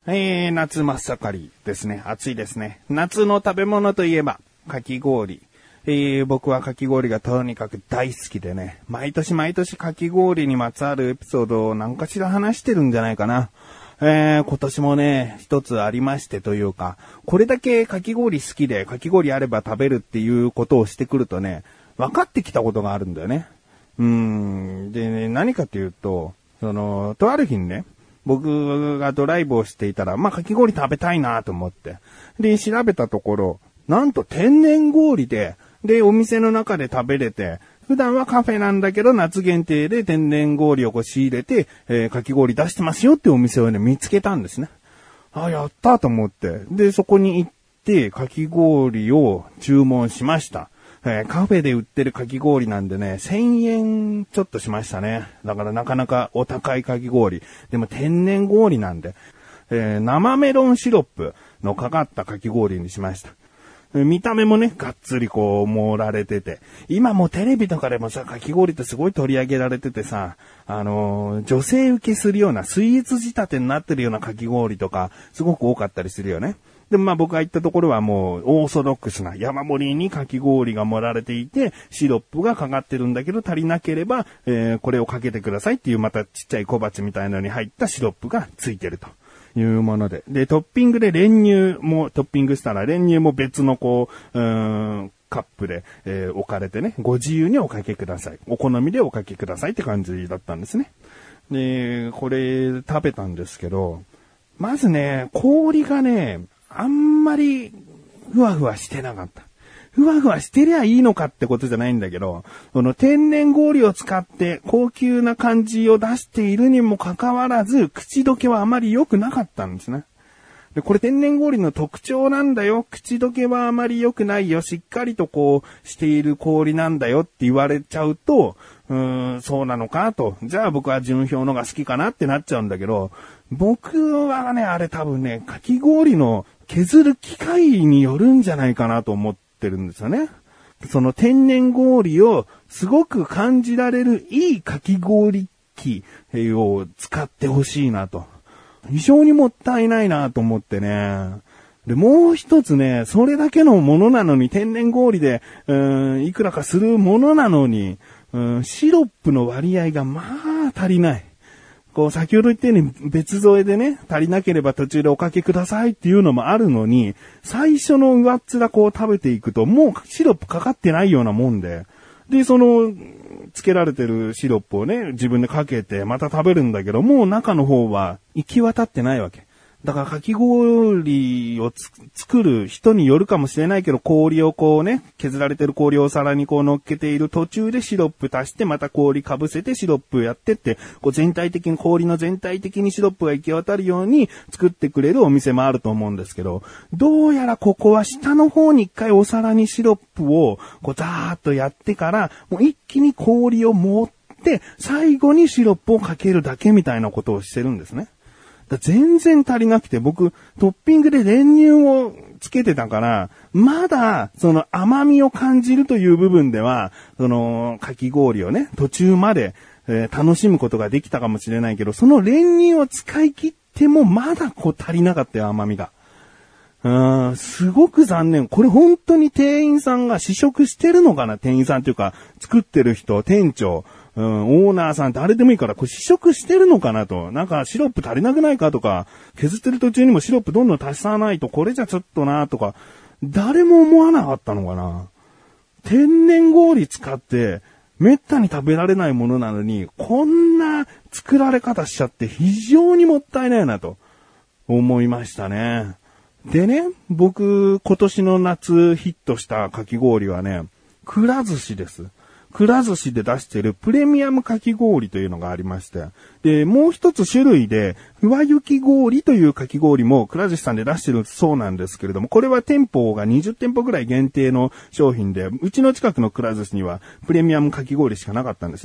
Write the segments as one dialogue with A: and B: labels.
A: 夏真っ盛りですね。暑いですね。夏の食べ物といえば、かき氷。僕はかき氷がとにかく大好きでね、毎年かき氷にまつわるエピソードを何かしら話してるんじゃないかな。今年もね、一つありましてというか、これだけかき氷好きで、かき氷あれば食べるっていうことをしてくるとね、分かってきたことがあるんだよね。でね、何かというと、とある日にね、僕がドライブをしていたら、かき氷食べたいなと思って。で、調べたところ、なんと天然氷で、お店の中で食べれて、普段はカフェなんだけど、夏限定で天然氷を仕入れて、かき氷出してますよってお店をね、見つけたんですね。やったと思って。で、そこに行って、かき氷を注文しました。カフェで売ってるかき氷なんでね、1000円ちょっとしましたね。だからなかなかお高いかき氷。でも天然氷なんで、生メロンシロップのかかったかき氷にしました。見た目もね、がっつり盛られてて。今もうテレビとかでもさ、かき氷ってすごい取り上げられててさ、女性受けするような、スイーツ仕立てになってるようなかき氷とか、すごく多かったりするよね。でも僕が行ったところはもうオーソドックスな山盛りにかき氷が盛られていて、シロップがかかってるんだけど足りなければ、これをかけてくださいっていうまたちっちゃい小鉢みたいなのに入ったシロップがついてるというもので。で、トッピングで練乳もトッピングしたら練乳も別のカップで、置かれてね、ご自由におかけください。お好みでおかけくださいって感じだったんですね。で、これ食べたんですけど、まずね、氷がね、あんまりふわふわしてなかった。ふわふわしてりゃいいのかってことじゃないんだけど、この天然氷を使って高級な感じを出しているにもかかわらず、口どけはあまり良くなかったんですね。で、これ天然氷の特徴なんだよ。口どけはあまり良くないよ。しっかりとしている氷なんだよって言われちゃうと、そうなのかと。じゃあ僕は純氷のが好きかなってなっちゃうんだけど、僕はね、あれ多分ね、かき氷の削る機械によるんじゃないかなと思ってるんですよね。その天然氷をすごく感じられるいいかき氷機を使ってほしいなと。非常にもったいないなと思ってね。で、もう一つね、それだけのものなのに、天然氷で、いくらかするものなのに、シロップの割合が足りない。先ほど言ったように別添えでね、足りなければ途中でおかけくださいっていうのもあるのに、最初の上っ面食べていくと、もうシロップかかってないようなもんで、で、つけられてるシロップをね、自分でかけてまた食べるんだけど、もう中の方は行き渡ってないわけ。だからかき氷を作る人によるかもしれないけど、氷を削られてる氷をお皿に乗っけている途中でシロップ足してまた氷かぶせてシロップやってって、氷の全体的にシロップが行き渡るように作ってくれるお店もあると思うんですけど、どうやらここは下の方に一回お皿にシロップをザーッとやってから、もう一気に氷を持って最後にシロップをかけるだけみたいなことをしてるんですね。全然足りなくて、僕、トッピングで練乳をつけてたから、まだ、甘みを感じるという部分では、かき氷をね、途中まで、楽しむことができたかもしれないけど、その練乳を使い切っても、まだ足りなかったよ、甘みが。すごく残念。これ本当に店員さんが試食してるのかな？店員さんというか、作ってる人、店長、オーナーさん誰でもいいから、これ試食してるのかなと。なんかシロップ足りなくないかとか、削ってる途中にもシロップどんどん足さないと、これじゃちょっとなとか、誰も思わなかったのかな。天然氷使って、めったに食べられないものなのに、こんな作られ方しちゃって非常にもったいないなと思いましたね。でね、僕、今年の夏ヒットしたかき氷はね、くら寿司です。くら寿司で出しているプレミアムかき氷というのがありまして。で、もう一つ種類で、ふわゆき氷というかき氷もくら寿司さんで出してるそうなんですけれども、これは店舗が20店舗ぐらい限定の商品で、うちの近くのくら寿司にはプレミアムかき氷しかなかったんですね。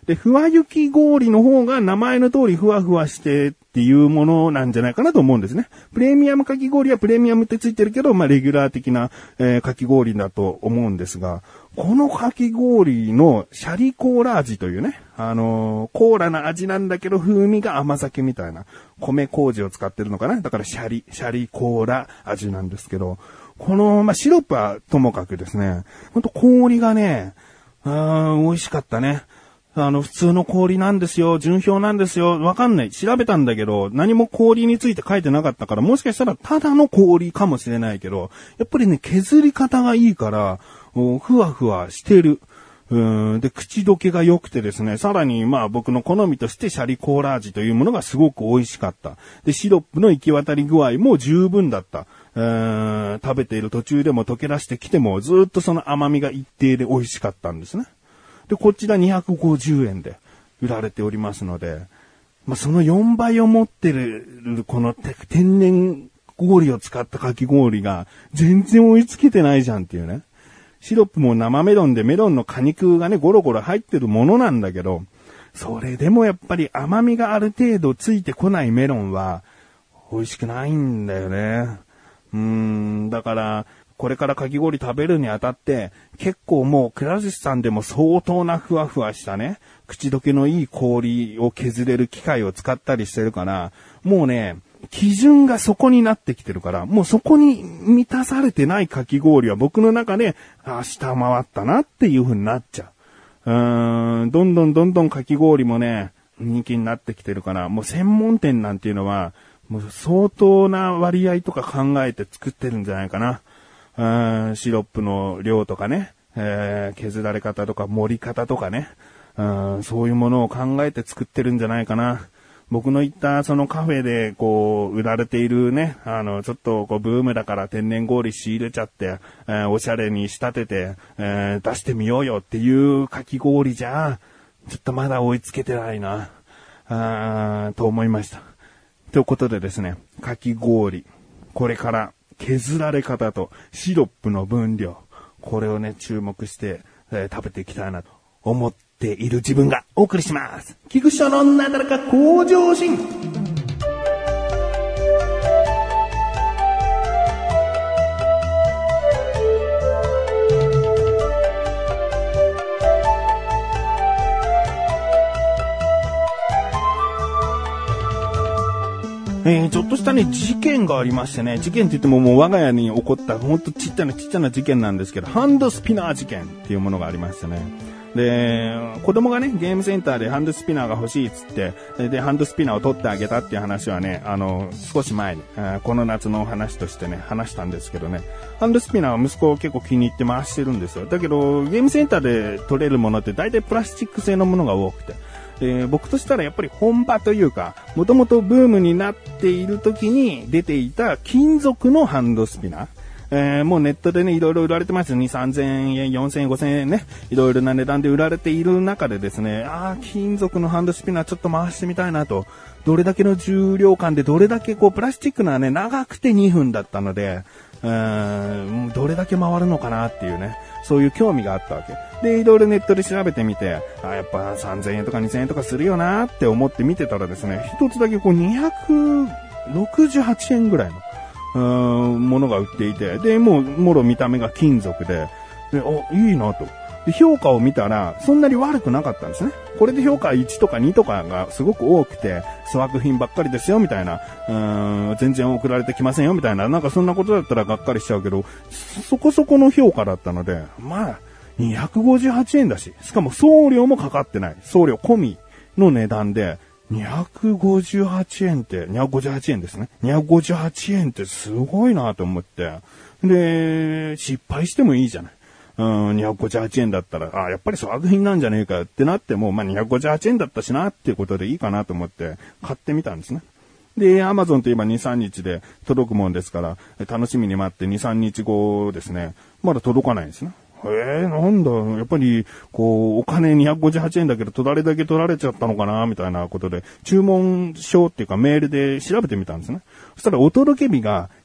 A: で、ふわゆき氷の方が名前の通りふわふわしてっていうものなんじゃないかなと思うんですね。プレミアムかき氷はプレミアムってついてるけど、レギュラー的な、かき氷だと思うんですが、このかき氷のシャリコーラ味というね、コーラな味なんだけど風味が甘酒みたいな米麹を使ってるのかな。だからシャリコーラ味なんですけど、この、シロップはともかくですね、ほんと氷がね、美味しかったね。普通の氷なんですよ。純氷なんですよ。わかんない。調べたんだけど、何も氷について書いてなかったから、もしかしたらただの氷かもしれないけど、やっぱりね、削り方がいいから、ふわふわしてる。で、口どけが良くてですね、さらに僕の好みとしてシャリコーラ味というものがすごく美味しかった。で、シロップの行き渡り具合も十分だった。食べている途中でも溶け出してきても、ずっとその甘みが一定で美味しかったんですね。で、こちら250円で売られておりますので、その4倍を持ってる、この天然氷を使ったかき氷が全然追いつけてないじゃんっていうね。シロップも生メロンでメロンの果肉がね、ゴロゴロ入ってるものなんだけど、それでもやっぱり甘みがある程度ついてこないメロンは美味しくないんだよね。だから、これからかき氷食べるにあたって、結構もうくら寿司さんでも相当なふわふわしたね、口どけのいい氷を削れる機械を使ったりしてるから、もうね、基準がそこになってきてるから、もうそこに満たされてないかき氷は僕の中で、下回ったなっていう風になっちゃう。どんどんかき氷もね、人気になってきてるから、もう専門店なんていうのは、もう相当な割合とか考えて作ってるんじゃないかな。シロップの量とかね、削られ方とか盛り方とかね、そういうものを考えて作ってるんじゃないかな。僕の行ったそのカフェで売られているね、ちょっとブームだから天然氷仕入れちゃって、おしゃれに仕立てて、出してみようよっていうかき氷じゃ、ちょっとまだ追いつけてないな、と思いました。ということでですね、かき氷、これから削られ方とシロップの分量、これをね、注目して、食べていきたいなと思っている自分がお送りします。菊池のなだらか向上心。ちょっとしたね、事件がありましてね、事件って言ってももう我が家に起こったほんとちっちゃな事件なんですけど、ハンドスピナー事件っていうものがありましてね。で、子供がね、ゲームセンターでハンドスピナーが欲しいっつって、で、ハンドスピナーを取ってあげたっていう話はね、少し前に、この夏の話としてね、話したんですけどね、ハンドスピナーは息子結構気に入って回してるんですよ。だけど、ゲームセンターで取れるものって大体プラスチック製のものが多くて、僕としたらやっぱり本場というか、もともとブームになっている時に出ていた金属のハンドスピナー。もうネットでね、いろいろ売られてます。2、3000円、4000円、5000円ね。いろいろな値段で売られている中でですね、金属のハンドスピナーちょっと回してみたいなと。どれだけの重量感で、どれだけプラスチックなね、長くて2分だったので、どれだけ回るのかなっていうね、そういう興味があったわけ。で、いろいろネットで調べてみて、やっぱ3000円とか2000円とかするよなって思って見てたらですね、一つだけ268円ぐらいの、ものが売っていて、で、もろ見た目が金属で、いいなと。で、評価を見たら、そんなに悪くなかったんですね。これで評価1とか2とかがすごく多くて、粗悪品ばっかりですよ、みたいな。全然送られてきませんよ、みたいな。なんかそんなことだったらがっかりしちゃうけど、そこそこの評価だったので、258円だし、しかも送料もかかってない。送料込みの値段で、258円って、258円ですね。258円ってすごいなと思って。で、失敗してもいいじゃない。258円だったら、やっぱり粗悪品なんじゃねえかってなっても、258円だったしなっていうことでいいかなと思って買ってみたんですね。で、アマゾンといえば2、3日で届くもんですから、楽しみに待って2、3日後ですね、まだ届かないんですね。なんだ、やっぱり、お金258円だけど、どれだけ取られちゃったのかな、みたいなことで、注文書っていうかメールで調べてみたんですね。そしたら、お届け日が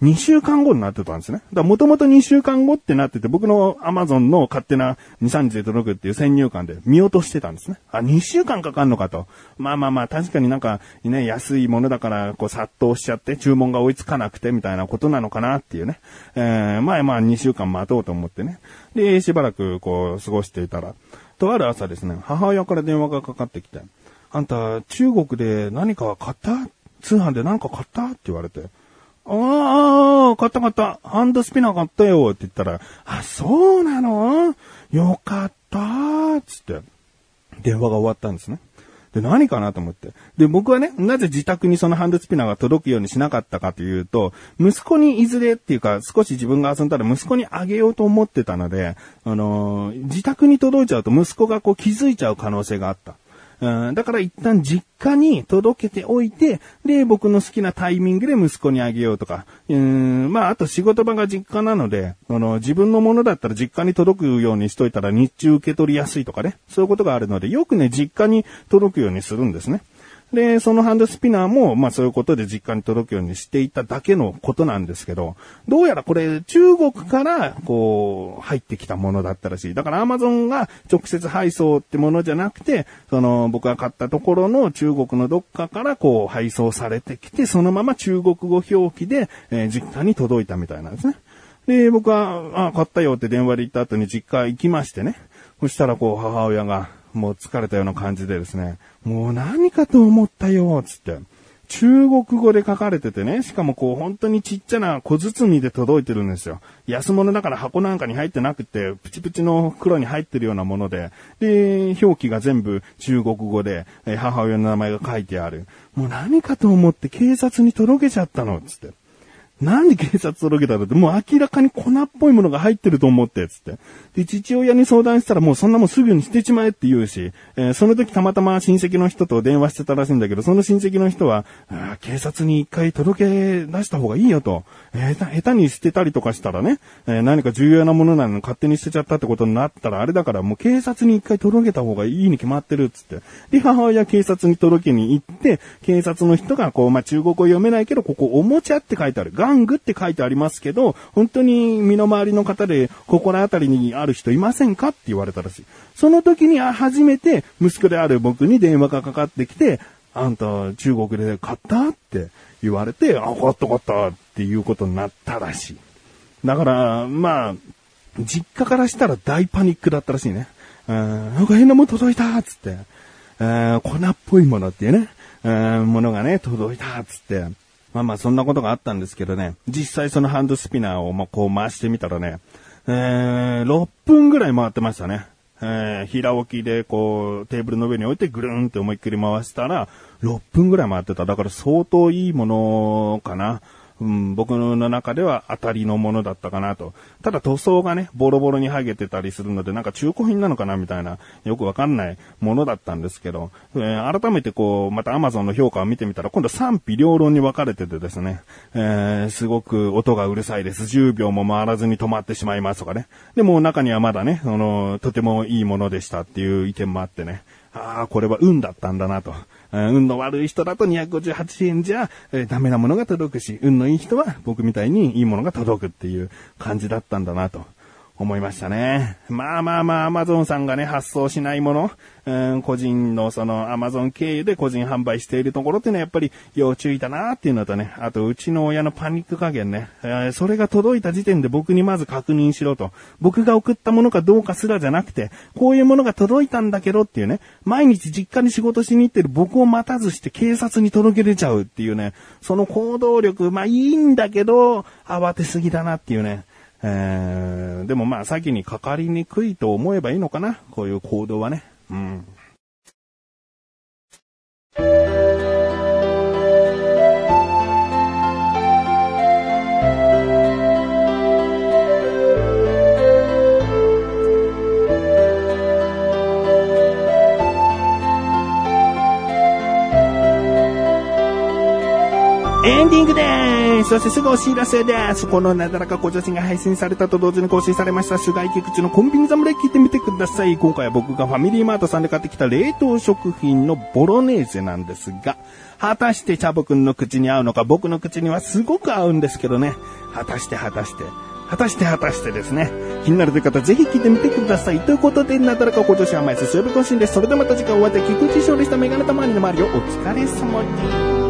A: 2週間後になってたんですね。だからもともと2週間後ってなってて、僕の Amazon の勝手な2、3日で届くっていう先入観で見落としてたんですね。2週間かかんのかと。まあ、確かになんかね、安いものだからこう殺到しちゃって注文が追いつかなくてみたいなことなのかなっていうね。まあ2週間待とうと思ってね。で、しばらくこう過ごしていたら、とある朝ですね、母親から電話がかかってきて、あんた中国で何か買った？通販で何か買った？って言われて、買った。ハンドスピナー買ったよって言ったら、そうなの？よかったつって、電話が終わったんですね。で、何かなと思って。で、僕はね、なぜ自宅にそのハンドスピナーが届くようにしなかったかというと、息子にいずれっていうか、少し自分が遊んだら息子にあげようと思ってたので、自宅に届いちゃうと息子がこう気づいちゃう可能性があった。だから一旦実家に届けておいて、で、僕の好きなタイミングで息子にあげようとか、あと仕事場が実家なので、自分のものだったら実家に届くようにしといたら日中受け取りやすいとかね、そういうことがあるので、よくね、実家に届くようにするんですね。で、そのハンドスピナーも、そういうことで実家に届くようにしていただけのことなんですけど、どうやらこれ中国から、こう、入ってきたものだったらしい。だから Amazon が直接配送ってものじゃなくて、僕が買ったところの中国のどっかからこう配送されてきて、そのまま中国語表記で、実家に届いたみたいなんですね。で、僕は、買ったよって電話で言った後に実家行きましてね。そしたらこう母親が、もう疲れたような感じでですね、もう何かと思ったよ、つって。中国語で書かれててね、しかもこう本当にちっちゃな小包みで届いてるんですよ。安物だから箱なんかに入ってなくて、プチプチの袋に入ってるようなもので、で、表記が全部中国語で、母親の名前が書いてある。もう何かと思って警察に届けちゃったの、つって。なんで警察届けたのって、もう明らかに粉っぽいものが入ってると思って、つって。で、父親に相談したらもうそんなもんすぐに捨てちまえって言うし、その時たまたま親戚の人と電話してたらしいんだけど、その親戚の人は、警察に一回届け出した方がいいよと。下手に捨てたりとかしたらね、何か重要なものなのに勝手に捨てちゃったってことになったらあれだからもう警察に一回届けた方がいいに決まってるっつって。で、母親警察に届けに行って、警察の人がこう、中国語読めないけど、ここおもちゃって書いてある。玩具って書いてありますけど、本当に身の回りの方で心当たりにある人いませんかって言われたらしい。その時に初めて息子である僕に電話がかかってきて、あんた中国で買ったって言われて、買ったっていうことになったらしい。だから実家からしたら大パニックだったらしいね。なんか変なもの届いたっつって、粉っぽいものっていうね、ものがね届いたっつって。そんなことがあったんですけどね、実際そのハンドスピナーをこう回してみたらね、6分ぐらい回ってましたね。平置きでこうテーブルの上に置いてぐるーんって思いっきり回したら6分ぐらい回ってた。だから相当いいものかな。僕の中では当たりのものだったかなと。ただ塗装がね、ボロボロに剥げてたりするので、なんか中古品なのかなみたいな、よくわかんないものだったんですけど、改めてこう、また Amazon の評価を見てみたら、今度賛否両論に分かれててですね、すごく音がうるさいです。10秒も回らずに止まってしまいますとかね。でも中にはまだね、とてもいいものでしたっていう意見もあってね、これは運だったんだなと。運の悪い人だと258円じゃ、ダメなものが届くし、運のいい人は僕みたいにいいものが届くっていう感じだったんだなと思いましたね。Amazon さんがね、発送しないもの、個人のAmazon 経由で個人販売しているところっていうのはやっぱり要注意だなっていうのとね、あとうちの親のパニック加減ね、それが届いた時点で僕にまず確認しろと。僕が送ったものかどうかすらじゃなくて、こういうものが届いたんだけどっていうね、毎日実家に仕事しに行ってる僕を待たずして警察に届け出ちゃうっていうね、その行動力、いいんだけど、慌てすぎだなっていうね。でも先にかかりにくいと思えばいいのかな、こういう行動はね。エンディングでーそしてすぐお知らせです。このなだらか向上心が配信されたと同時に更新されました菅井菊池のコンビニ侍聞いてみてください。今回は僕がファミリーマートさんで買ってきた冷凍食品のボロネーゼなんですが、果たしてチャボくんの口に合うのか、僕の口にはすごく合うんですけどね。果たしてですね。気になるという方、ぜひ聞いてみてください。ということで、なだらか向上心は毎週水曜日更新です。それではまた次回お会いでき、菊池勝利したメガネたまわりの周りをお疲れ様です。